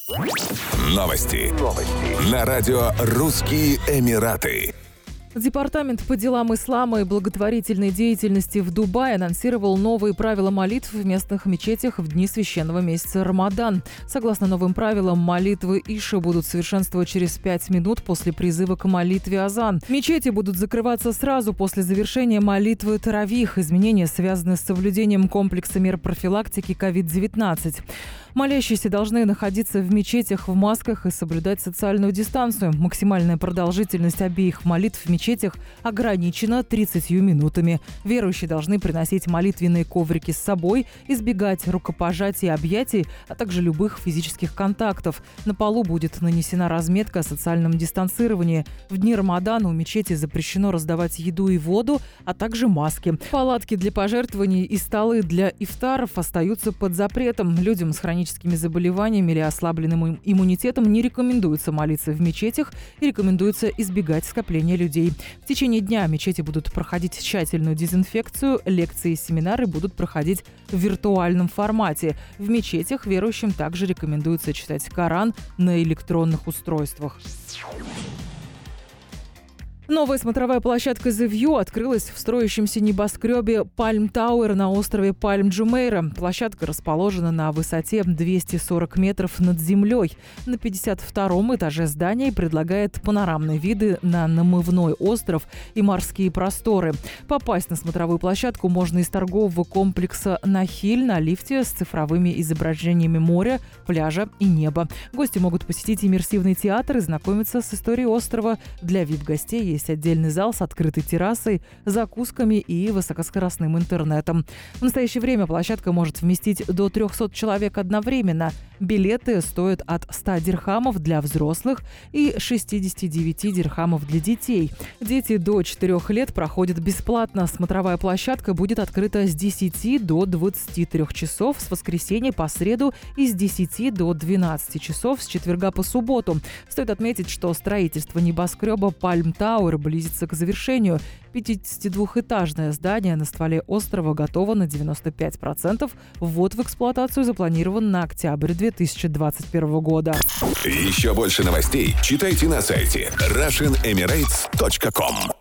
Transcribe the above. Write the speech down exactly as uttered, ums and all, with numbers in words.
Новости. Новости. На радио «Русские Эмираты». Департамент по делам ислама и благотворительной деятельности в Дубае анонсировал новые правила молитв в местных мечетях в дни священного месяца Рамадан. Согласно новым правилам, молитвы Иша будут совершенствовать через пять минут после призыва к молитве азан. Мечети будут закрываться сразу после завершения молитвы таравих. Изменения связаны с соблюдением комплекса мер профилактики ковид девятнадцать. Молящиеся должны находиться в мечетях в масках и соблюдать социальную дистанцию. Максимальная продолжительность обеих молитв в мечетях ограничена тридцатью минутами. Верующие должны приносить молитвенные коврики с собой, избегать рукопожатий и объятий, а также любых физических контактов. На полу будет нанесена разметка о социальном дистанцировании. В дни Рамадана у мечети запрещено раздавать еду и воду, а также маски. Палатки для пожертвований и столы для ифтаров остаются под запретом. Людям с хроническими заболеваниями или ослабленным иммунитетом не рекомендуется молиться в мечетях и рекомендуется избегать скопления людей. В течение дня мечети будут проходить тщательную дезинфекцию, лекции и семинары будут проходить в виртуальном формате. В мечетях верующим также рекомендуется читать Коран на электронных устройствах. Новая смотровая площадка The View открылась в строящемся небоскребе Palm Tower на острове Пальм-Джумейра. Площадка расположена на высоте двести сорок метров над землей. На пятьдесят втором этаже здания предлагает панорамные виды на намывной остров и морские просторы. Попасть на смотровую площадку можно из торгового комплекса «Нахиль» на лифте с цифровыми изображениями моря, пляжа и неба. Гости могут посетить иммерсивный театр и знакомиться с историей острова. Для ви ай пи-гостей есть Есть отдельный зал с открытой террасой, закусками и высокоскоростным интернетом. В настоящее время площадка может вместить до трехсот человек одновременно. Билеты стоят от ста дирхамов для взрослых и шестидесяти девяти дирхамов для детей. Дети до четырёх лет проходят бесплатно. Смотровая площадка будет открыта с десяти до двадцати трёх часов с воскресенья по среду и с десяти до двенадцати часов с четверга по субботу. Стоит отметить, что строительство небоскреба Palm Tower близится к завершению. пятидесятидвухэтажное здание на стволе острова готово на девяносто пять процентов. Ввод в эксплуатацию запланирован на октябрь две тысячи двадцать первого года. Еще больше новостей читайте на сайте Russian Emirates точка ком.